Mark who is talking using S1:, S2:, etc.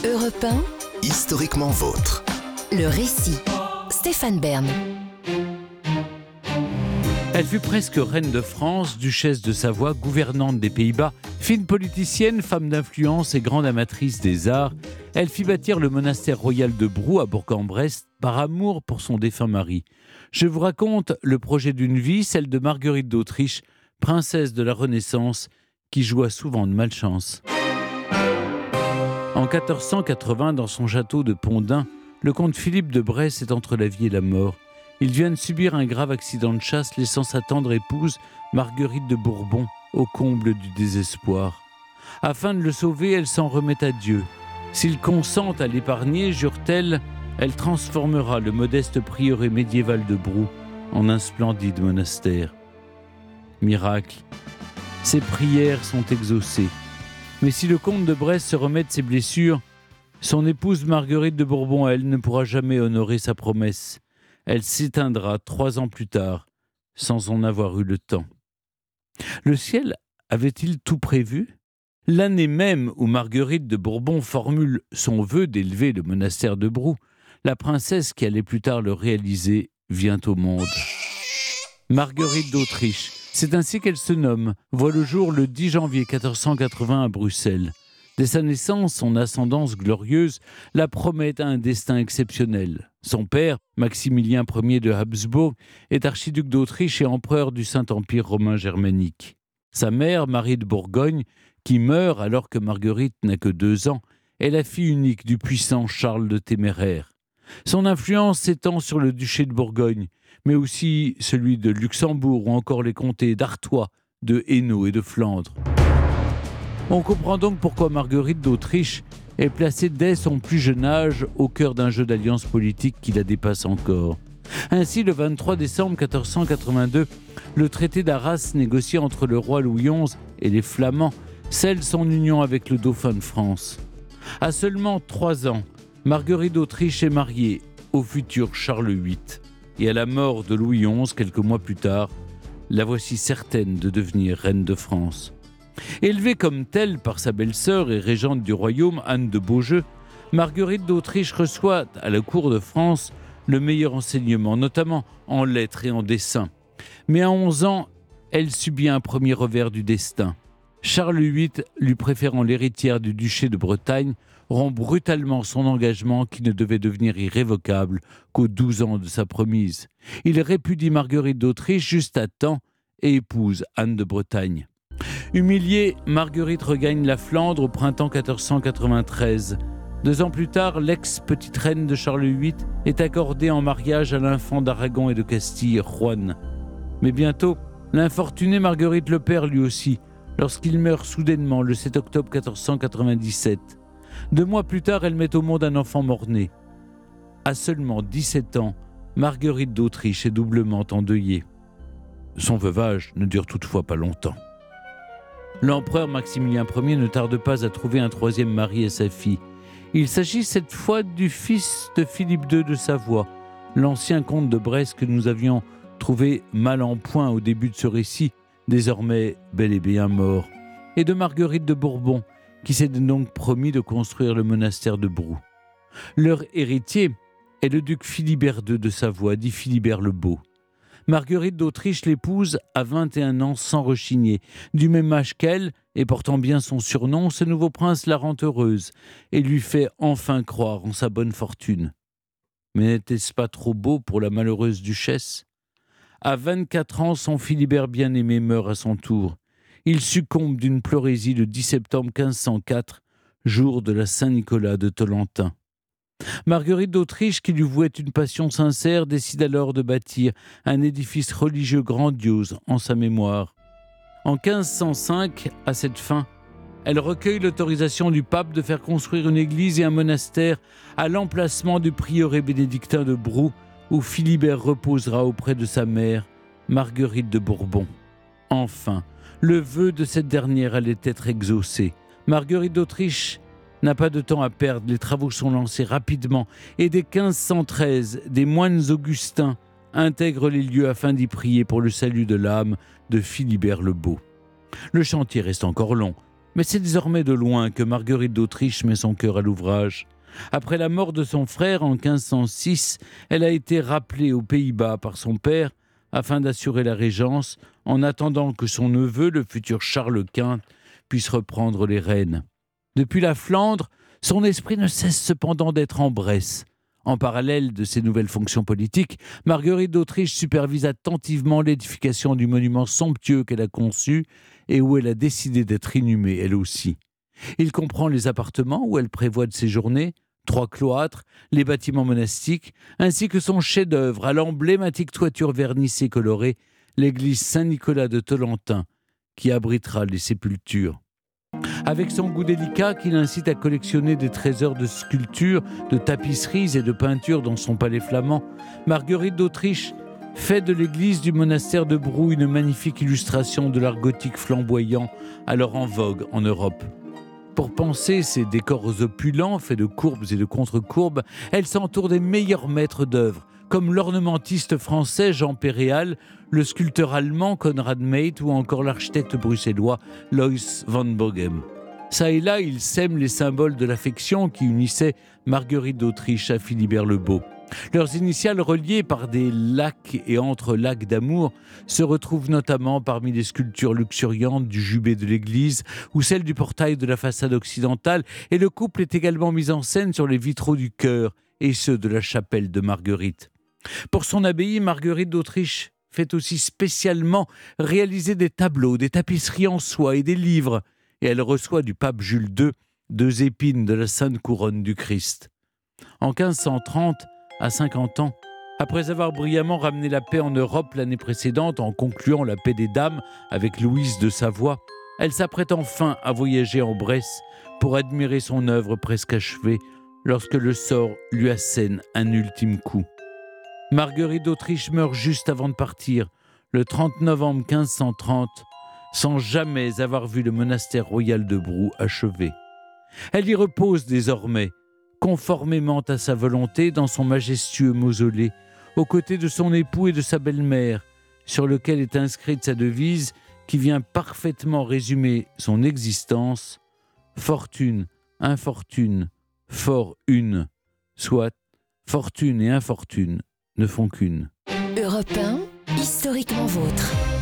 S1: Europe 1,
S2: Historiquement vôtre.
S1: le récit. Stéphane Bern.
S3: Elle fut presque reine de France, duchesse de Savoie, gouvernante des Pays-Bas, fine politicienne, femme d'influence et grande amatrice des arts. Elle fit bâtir le monastère royal de Brou à Bourg-en-Bresse par amour pour son défunt mari. Je vous raconte le projet d'une vie, celle de Marguerite d'Autriche, princesse de la Renaissance, qui joua souvent de malchance. En 1480, dans son château de Pont-d'Ain, le comte Philippe de Bresse est entre la vie et la mort. Il vient de subir un grave accident de chasse, laissant sa tendre épouse, Marguerite de Bourbon, au comble du désespoir. Afin de le sauver, elle s'en remet à Dieu. S'il consent à l'épargner, jure-t-elle, elle transformera le modeste prieuré médiéval de Brou en un splendide monastère. Miracle, ses prières sont exaucées. Mais si le comte de Bresse se remet de ses blessures, son épouse Marguerite de Bourbon, elle, ne pourra jamais honorer sa promesse. Elle s'éteindra 3 ans plus tard, sans en avoir eu le temps. Le ciel avait-il tout prévu ? L'année même où Marguerite de Bourbon formule son vœu d'élever le monastère de Brou, la princesse qui allait plus tard le réaliser vient au monde. Marguerite d'Autriche, c'est ainsi qu'elle se nomme, voit le jour le 10 janvier 1480 à Bruxelles. Dès sa naissance, son ascendance glorieuse la promet à un destin exceptionnel. Son père, Maximilien Ier de Habsbourg, est archiduc d'Autriche et empereur du Saint-Empire romain germanique. Sa mère, Marie de Bourgogne, qui meurt alors que Marguerite n'a que 2 ans, est la fille unique du puissant Charles le Téméraire. Son influence s'étend sur le duché de Bourgogne, mais aussi celui de Luxembourg ou encore les comtés d'Artois, de Hainaut et de Flandre. On comprend donc pourquoi Marguerite d'Autriche est placée dès son plus jeune âge au cœur d'un jeu d'alliances politiques qui la dépasse encore. Ainsi, le 23 décembre 1482, le traité d'Arras négocié entre le roi Louis XI et les Flamands scelle son union avec le dauphin de France. À seulement 3 ans, Marguerite d'Autriche est mariée au futur Charles VIII. Et à la mort de Louis XI, quelques mois plus tard, la voici certaine de devenir reine de France. Élevée comme telle par sa belle-sœur et régente du royaume, Anne de Beaujeu, Marguerite d'Autriche reçoit à la cour de France le meilleur enseignement, notamment en lettres et en dessin. Mais à 11 ans, elle subit un premier revers du destin. Charles VIII, lui préférant l'héritière du duché de Bretagne, rompt brutalement son engagement qui ne devait devenir irrévocable qu'aux 12 ans de sa promise. Il répudie Marguerite d'Autriche juste à temps et épouse Anne de Bretagne. Humiliée, Marguerite regagne la Flandre au printemps 1493. 2 ans plus tard, l'ex-petite reine de Charles VIII est accordée en mariage à l'infant d'Aragon et de Castille, Juan. Mais bientôt, l'infortuné Marguerite le perd lui aussi, lorsqu'il meurt soudainement le 7 octobre 1497. 2 mois plus tard, elle met au monde un enfant mort-né. À seulement 17 ans, Marguerite d'Autriche est doublement endeuillée. Son veuvage ne dure toutefois pas longtemps. L'empereur Maximilien Ier ne tarde pas à trouver un 3e mari à sa fille. Il s'agit cette fois du fils de Philippe II de Savoie, l'ancien comte de Bresse que nous avions trouvé mal en point au début de ce récit, désormais bel et bien mort, et de Marguerite de Bourbon, qui s'est donc promis de construire le monastère de Brou. Leur héritier est le duc Philibert II de Savoie, dit Philibert le Beau. Marguerite d'Autriche l'épouse à 21 ans sans rechigner. Du même âge qu'elle, et portant bien son surnom, ce nouveau prince la rend heureuse et lui fait enfin croire en sa bonne fortune. Mais n'était-ce pas trop beau pour la malheureuse duchesse ? À 24 ans, son Philibert bien-aimé meurt à son tour. Il succombe d'une pleurésie le 10 septembre 1504, jour de la Saint-Nicolas de Tollentin. Marguerite d'Autriche, qui lui vouait une passion sincère, décide alors de bâtir un édifice religieux grandiose en sa mémoire. En 1505, à cette fin, elle recueille l'autorisation du pape de faire construire une église et un monastère à l'emplacement du prieuré bénédictin de Brou, où Philibert reposera auprès de sa mère, Marguerite de Bourbon. Enfin, le vœu de cette dernière allait être exaucé. Marguerite d'Autriche n'a pas de temps à perdre, les travaux sont lancés rapidement et dès 1513, des moines augustins intègrent les lieux afin d'y prier pour le salut de l'âme de Philibert le Beau. Le chantier reste encore long. Mais c'est désormais de loin que Marguerite d'Autriche met son cœur à l'ouvrage. Après la mort de son frère en 1506, elle a été rappelée aux Pays-Bas par son père afin d'assurer la régence en attendant que son neveu, le futur Charles Quint, puisse reprendre les rênes. Depuis la Flandre, son esprit ne cesse cependant d'être en Bresse. En parallèle de ses nouvelles fonctions politiques, Marguerite d'Autriche supervise attentivement l'édification du monument somptueux qu'elle a conçu et où elle a décidé d'être inhumée, elle aussi. Il comprend les appartements où elle prévoit de séjourner, 3 cloîtres, les bâtiments monastiques, ainsi que son chef-d'œuvre à l'emblématique toiture vernissée colorée, l'église Saint-Nicolas de Tollentin, qui abritera les sépultures. Avec son goût délicat qui l'incite à collectionner des trésors de sculptures, de tapisseries et de peintures dans son palais flamand, Marguerite d'Autriche fait de l'église du monastère de Brou une magnifique illustration de l'art gothique flamboyant, alors en vogue en Europe. Pour penser ces décors opulents, faits de courbes et de contre-courbes, elle s'entoure des meilleurs maîtres d'œuvre, comme l'ornementiste français Jean Péréal, le sculpteur allemand Konrad Meit ou encore l'architecte bruxellois Lois van Boghem. Ça et là, ils sèment les symboles de l'affection qui unissaient Marguerite d'Autriche à Philibert le Beau. Leurs initiales reliées par des lacs et entrelacs d'amour se retrouvent notamment parmi les sculptures luxuriantes du jubé de l'église ou celles du portail de la façade occidentale, et le couple est également mis en scène sur les vitraux du chœur et ceux de la chapelle de Marguerite. Pour son abbaye, Marguerite d'Autriche fait aussi spécialement réaliser des tableaux, des tapisseries en soie et des livres, et elle reçoit du pape Jules II 2 épines de la Sainte Couronne du Christ. En 1530, à 50 ans, après avoir brillamment ramené la paix en Europe l'année précédente en concluant la paix des dames avec Louise de Savoie, elle s'apprête enfin à voyager en Bresse pour admirer son œuvre presque achevée lorsque le sort lui assène un ultime coup. Marguerite d'Autriche meurt juste avant de partir, le 30 novembre 1530, sans jamais avoir vu le monastère royal de Brou achevé. Elle y repose désormais, conformément à sa volonté, dans son majestueux mausolée, aux côtés de son époux et de sa belle-mère, sur lequel est inscrite sa devise qui vient parfaitement résumer son existence: fortune, infortune, fort une, soit fortune et infortune ne font qu'une.
S1: Europe 1, historiquement vôtre.